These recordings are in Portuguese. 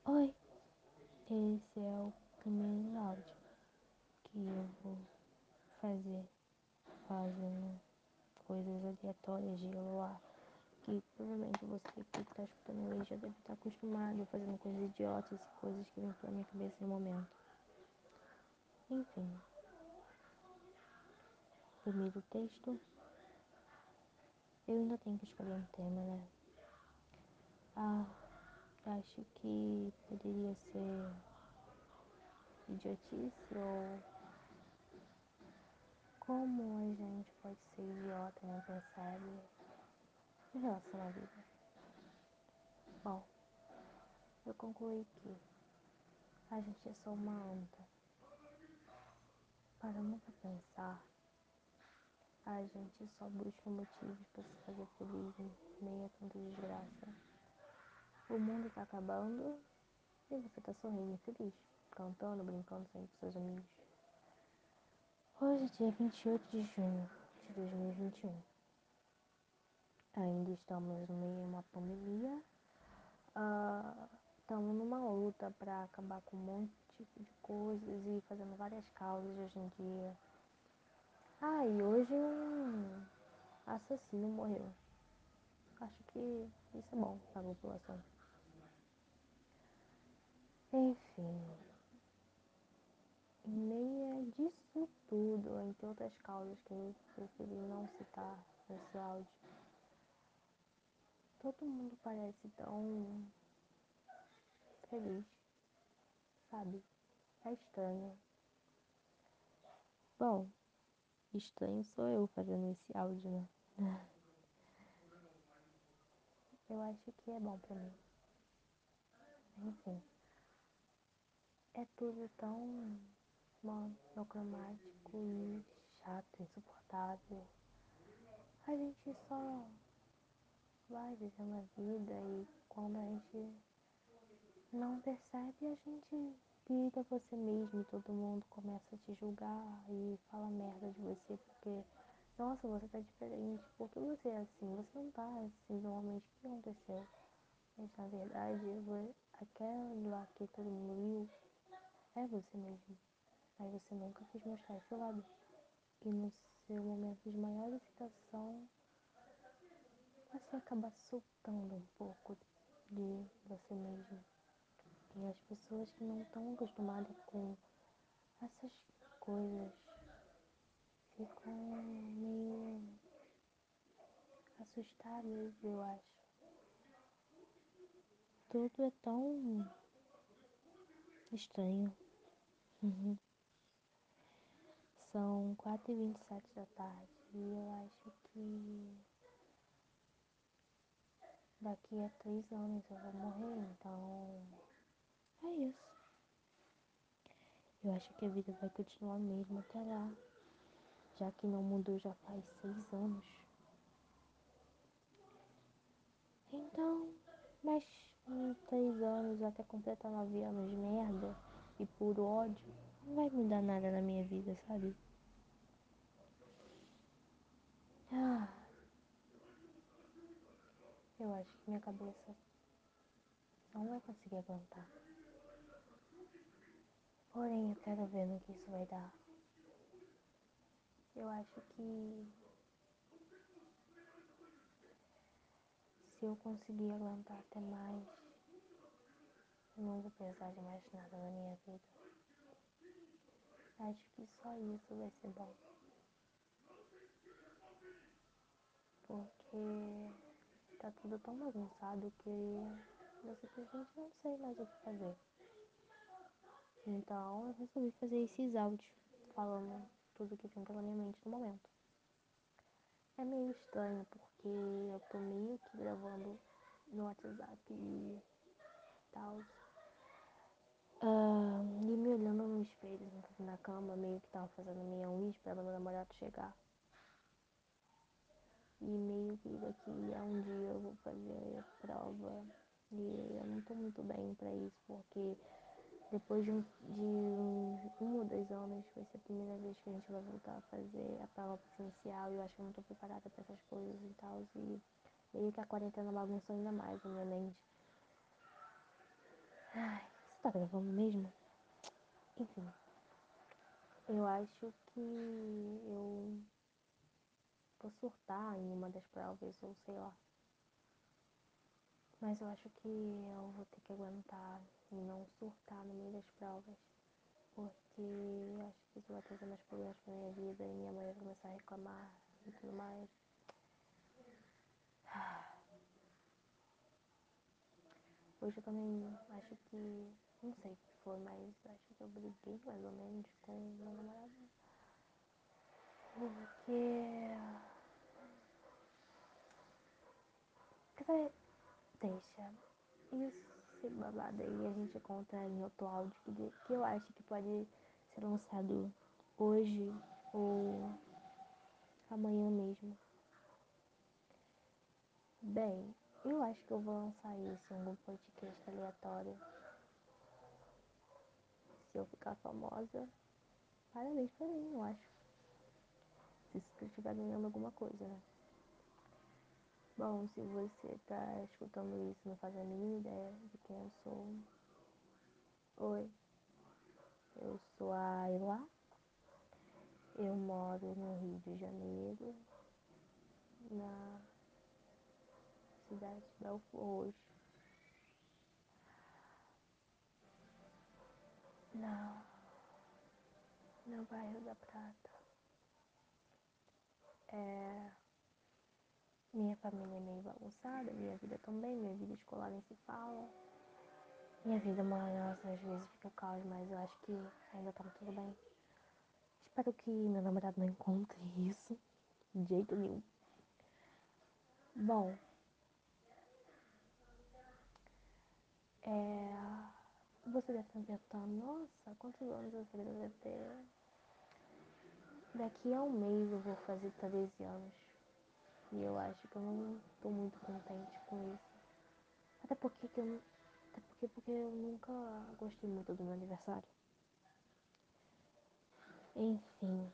Oi, esse é o primeiro áudio que eu vou fazer fazendo coisas aleatórias de celular. Que provavelmente você que está escutando aí já deve estar acostumado fazendo coisas idiotas e coisas que vêm pela minha cabeça no momento. Enfim, primeiro texto. Eu ainda tenho que escolher um tema, né? Ah, acho que poderia ser idiotice ou como a gente pode ser idiota e não percebe em relação à vida. Bom, eu concluí que a gente é só uma anta. Parando pra pensar, a gente só busca motivos pra se fazer feliz em meio a tanta desgraça. O mundo tá acabando e você tá sorrindo e feliz, cantando, brincando, saindo com seus amigos. Hoje é dia 28 de junho de 2021. Ainda estamos no meio de uma pandemia. Estamos numa luta pra acabar com um monte de coisas e fazendo várias causas hoje em dia. Ah, e hoje um assassino morreu. Acho que isso é bom para a população. Enfim, em meio disso tudo, entre outras causas que eu preferi não citar nesse áudio, todo mundo parece tão feliz, sabe? É estranho. Bom, estranho sou eu fazendo esse áudio, né? Eu acho que é bom pra mim. Enfim, é tudo tão monocromático e chato, insuportável. A gente só vai vivendo a vida e quando a gente não percebe, a gente vira você mesmo e todo mundo começa a te julgar e fala merda de você porque, nossa, você tá diferente, por que você é assim? Você não tá assim normalmente, o que aconteceu? Mas na verdade, aquela lá que todo mundo viu é você mesmo. Aí você nunca quis mostrar esse lado. E no seu momento de maior excitação, você acaba soltando um pouco de você mesmo. E as pessoas que não estão acostumadas com essas coisas ficam meio assustadas, eu acho. Tudo é tão estranho. Uhum. São 4h27 da tarde e eu acho que daqui a 3 anos eu vou morrer, então é isso. Eu acho que a vida vai continuar mesmo até lá, já que não mudou já faz 6 anos. Então, mas 3 anos até completar 9 anos de merda e puro ódio, não vai mudar nada na minha vida, sabe? Ah, eu acho que minha cabeça não vai conseguir aguentar. Porém, eu quero ver no que isso vai dar. Eu acho que se eu conseguir aguentar até mais, eu não vou precisar de mais nada na minha vida. Acho que só isso vai ser bom. Porque tá tudo tão bagunçado que eu simplesmente não sei mais o que fazer. Então eu resolvi fazer esses áudios falando tudo que vem pela minha mente no momento. É meio estranho porque eu tô meio que gravando no WhatsApp e tal. E me olhando no espelho na cama, meio que tava fazendo minha unha esperando meu namorado chegar. E meio que daqui a um dia eu vou fazer a prova. E eu não tô muito bem pra isso, porque depois de um ou 2 anos vai ser a primeira vez que a gente vai voltar a fazer a prova presencial e eu acho que eu não tô preparada pra essas coisas e tal. E meio que a quarentena bagunçou ainda mais na minha mente. Ai, você tá gravando mesmo? Enfim, eu acho que eu vou surtar em uma das provas, ou sei lá. Mas eu acho que eu vou ter que aguentar e não surtar no meio das provas. Porque eu acho que isso vai trazer mais problemas pra minha vida e minha mãe vai começar a reclamar e tudo mais. Hoje eu também acho que, não sei o que foi, mas acho que eu briguei mais ou menos com meu namorado. Porque. Quer saber? Deixa. Esse babado aí a gente conta em outro áudio que eu acho que pode ser lançado hoje ou amanhã mesmo. Bem, eu acho que eu vou lançar isso em algum podcast aleatório. Se eu ficar famosa, parabéns pra mim, eu acho. Se eu estiver ganhando alguma coisa, né? Bom, se você tá escutando isso e não faz a mínima ideia de quem eu sou. Oi, eu sou a Ayla. Eu moro no Rio de Janeiro, na cidade de Belfort Roxo. Não, no bairro da Prata. É, minha família é meio bagunçada, minha vida também, minha vida escolar nem se fala. Minha vida amorosa às vezes fica caos, mas eu acho que ainda tá tudo bem. Espero que meu namorado não encontre isso de jeito nenhum. Bom, você deve estar pensando, nossa, quantos anos você deve ter? Daqui a um mês eu vou fazer 13 anos. E eu acho que eu não tô muito contente com isso. Até porque, porque eu nunca gostei muito do meu aniversário. Enfim,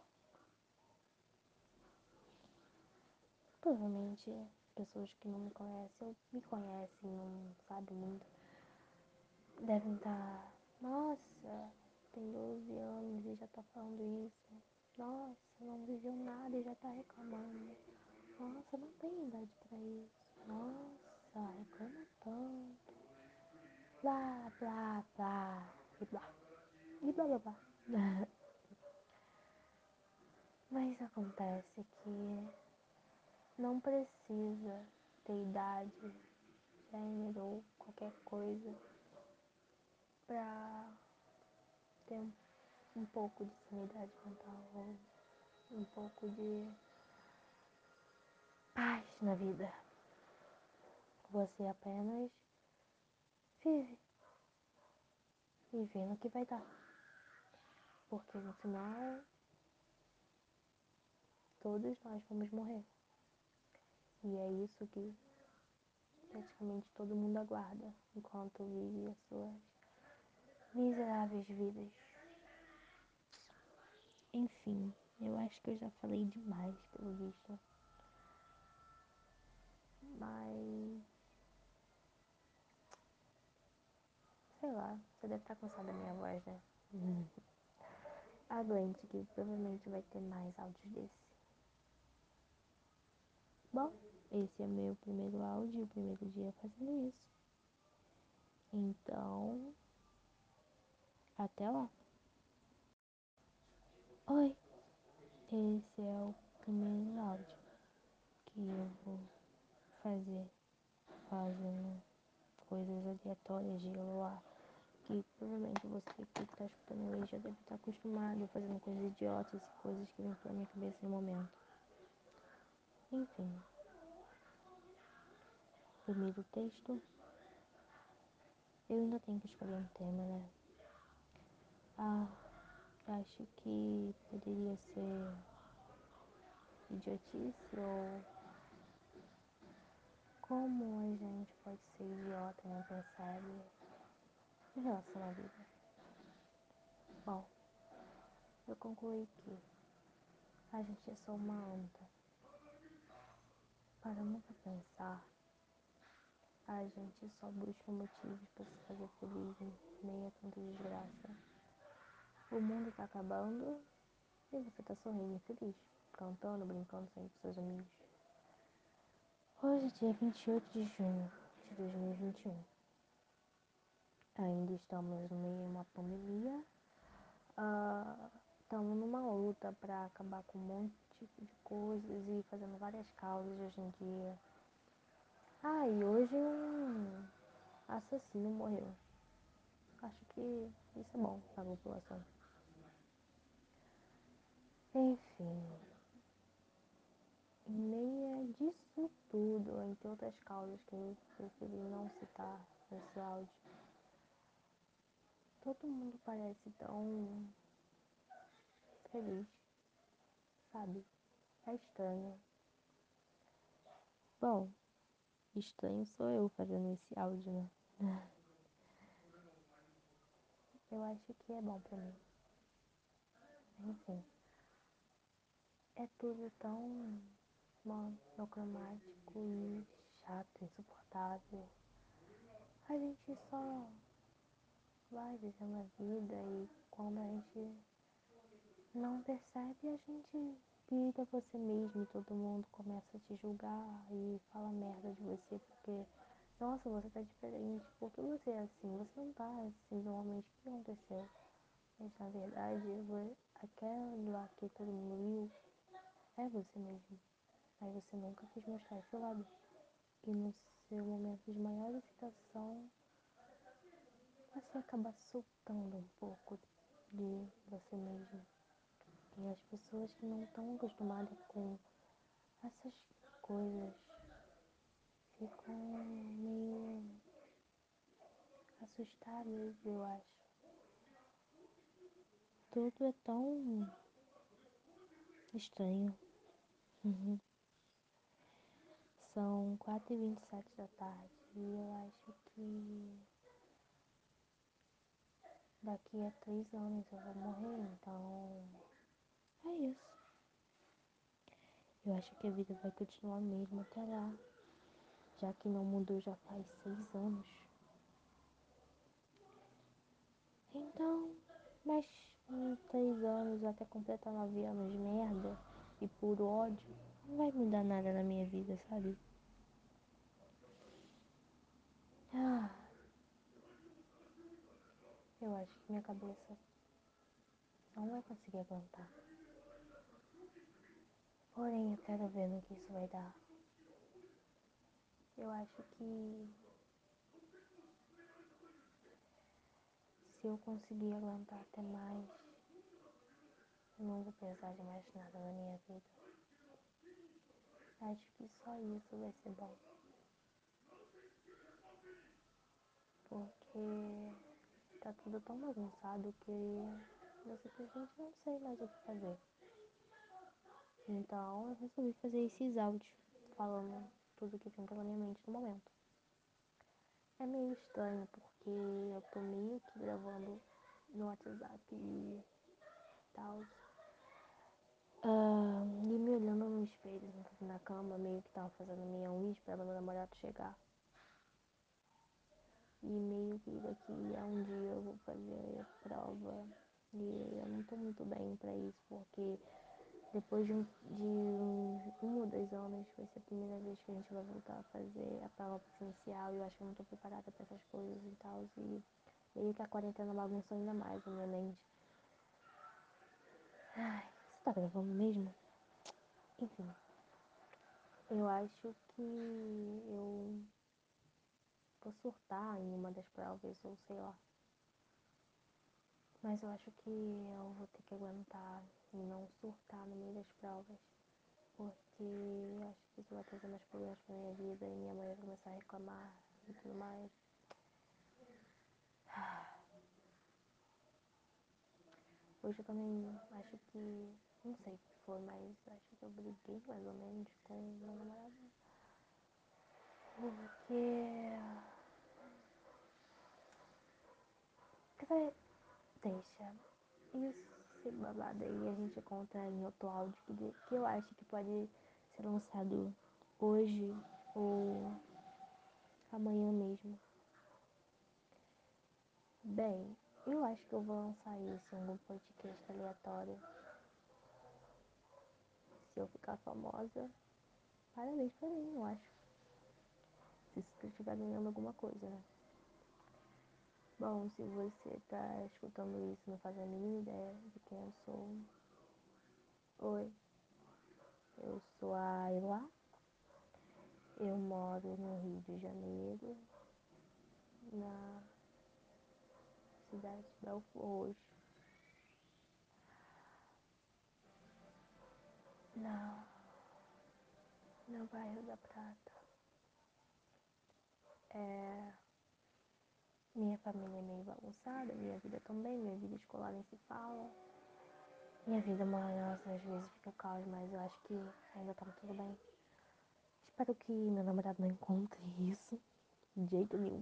provavelmente pessoas que não me conhecem, ou me conhecem, não sabem muito, devem estar, nossa, tem 12 anos e já tá falando isso. Nossa, não viveu nada e já tá reclamando. Nossa, não tem idade pra isso. Nossa, reclama tanto. Blá, blá, blá. E blá. E blá, blá, blá. Mas acontece que não precisa ter idade, gênero ou qualquer coisa pra ter um pouco de sanidade mental ou um pouco de paz na vida. Você apenas vive e vê no que vai dar. Porque no final todos nós vamos morrer. E é isso que praticamente todo mundo aguarda enquanto vive as suas miseráveis vidas. Enfim, eu acho que eu já falei demais, pelo visto. Mas, sei lá, você deve estar cansado da minha voz, né? Aguente que provavelmente vai ter mais áudios desse. Bom, esse é meu primeiro áudio, o primeiro dia fazendo isso. Então, até lá. Oi, esse é o primeiro áudio que eu vou fazer fazendo coisas aleatórias de celular. Que provavelmente você que está escutando aí já deve estar acostumado fazendo coisas idiotas e coisas que vêm pela minha cabeça no momento. Enfim, primeiro texto. Eu ainda tenho que escolher um tema, né? Ah, acho que poderia ser idiotice ou como a gente pode ser idiota e não percebe em relação à vida. Bom, eu concluí que a gente é só uma anta. Parando pra pensar, A gente só busca motivos pra se fazer feliz em meio a tanta desgraça. O mundo tá acabando e você tá sorrindo e feliz, cantando, brincando, saindo com seus amigos. Hoje é dia 28 de junho de 2021. Ainda estamos no meio de uma pandemia. Estamos numa luta para acabar com um monte de coisas e fazendo várias causas hoje em dia. E hoje um assassino morreu. Acho que isso é bom para a população. Enfim, em meio disso tudo, entre outras causas que eu preferi não citar nesse áudio, todo mundo parece tão feliz, sabe? É estranho. Bom, estranho sou eu fazendo esse áudio, né? Eu acho que é bom pra mim. Enfim, é tudo tão monocromático e chato, insuportável. A gente só vai vivendo a vida e quando a gente não percebe, a gente vira você mesmo e todo mundo começa a te julgar e fala merda de você porque, nossa, você tá diferente, por que você é assim? Você não tá assim normalmente, o que aconteceu? Mas na verdade, aquele lá que todo mundo viu é você mesmo. Mas você nunca quis mostrar esse lado. E no seu momento de maior excitação, você acaba soltando um pouco de você mesmo. E as pessoas que não estão acostumadas com essas coisas ficam meio assustadas, eu acho. Tudo é tão estranho. Uhum. São 4h27 da tarde e eu acho que daqui a 3 anos eu vou morrer, então é isso. Eu acho que a vida vai continuar mesmo até lá, já que não mudou já faz 6 anos. Então, mais 3 anos até completar 9 anos de merda e puro ódio, não vai mudar nada na minha vida, sabe? Ah, eu acho que minha cabeça não vai conseguir aguentar. Porém, eu quero ver no que isso vai dar. Eu acho que se eu conseguir aguentar até mais, eu não vou precisar de mais nada na minha vida. Acho que só isso vai ser bom. Porque tá tudo tão bagunçado que eu simplesmente não sei mais o que fazer. Então eu resolvi fazer esses áudios falando tudo que vem pela minha mente no momento. É meio estranho porque eu tô meio que gravando no WhatsApp e tal. E me olhando no espelho na cama, meio que tava fazendo minha unha esperando meu namorado chegar. E meio que daqui a um dia eu vou fazer a prova. E eu não tô muito bem pra isso, porque depois de um ou 2 anos vai ser a primeira vez que a gente vai voltar a fazer a prova presencial. E eu acho que eu não tô preparada pra essas coisas e tal. E meio que a quarentena bagunçou ainda mais a minha mente. Ai, você tá gravando mesmo? Enfim, eu acho que eu vou surtar em uma das provas, ou sei lá. Mas eu acho que eu vou ter que aguentar e não surtar no meio das provas. Porque eu acho que isso vai trazer mais problemas pra minha vida e minha mãe vai começar a reclamar e tudo mais. Hoje eu também acho que, não sei o que foi, mas acho que eu briguei mais ou menos com o meu namorado. Porque. Deixa. Esse babado aí a gente conta em outro áudio que eu acho que pode ser lançado hoje ou amanhã mesmo. Bem, eu acho que eu vou lançar isso em algum podcast aleatório. Se eu ficar famosa, parabéns pra mim, eu acho. Se isso estiver ganhando alguma coisa, né? Bom, se você tá escutando isso e não faz a mínima ideia de quem eu sou. Oi, eu sou a Ayla. Eu moro no Rio de Janeiro, na cidade de Belfort Roxo, na, no bairro da Prata. É, minha família é meio bagunçada, minha vida também, minha vida escolar nem se fala. Minha vida amorosa às vezes fica caos, mas eu acho que ainda tá tudo bem. Espero que meu namorado não encontre isso de jeito nenhum.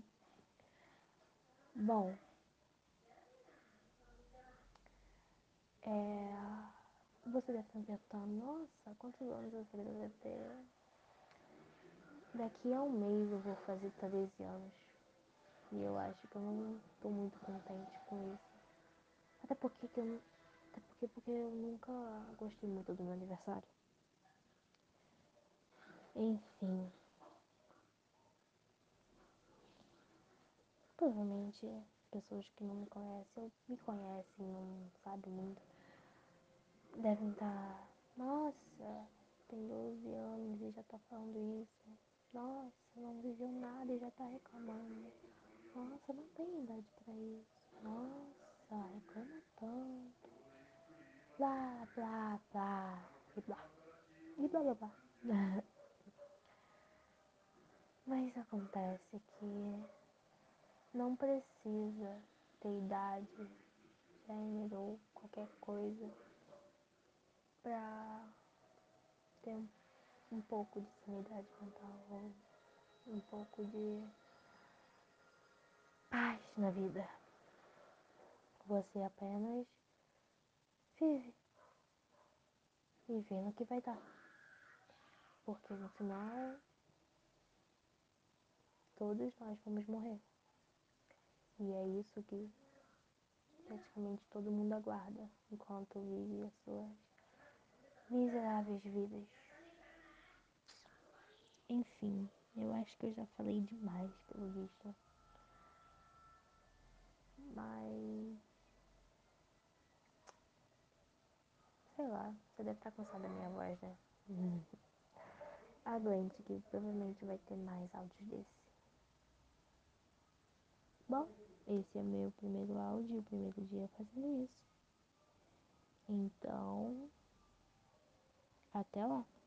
Bom, você deve estar pensando, nossa, quantos anos você deve ter? Daqui a um mês eu vou fazer 13 anos. E eu acho que eu não tô muito contente com isso. Até porque, porque eu nunca gostei muito do meu aniversário. Enfim, provavelmente pessoas que não me conhecem, ou me conhecem, não sabem muito, devem estar, nossa, tem 12 anos e já tá falando isso. Nossa, não viveu nada e já tá reclamando. Nossa, não tem idade pra isso. Nossa, reclama tanto. Blá, blá, blá. E blá. E blá, blá, blá. Mas acontece que não precisa ter idade, gênero ou qualquer coisa pra ter um pouco de sanidade mental ou um pouco de paz na vida. Você apenas vive e vê no que vai dar. Porque no final todos nós vamos morrer. E é isso que praticamente todo mundo aguarda enquanto vive as suas miseráveis vidas. Enfim, eu acho que eu já falei demais, pelo visto. Mas, sei lá, você deve estar cansado da minha voz, né? Aguente que provavelmente vai ter mais áudios desse. Bom, esse é meu primeiro áudio, o primeiro dia fazendo isso. Então, até lá.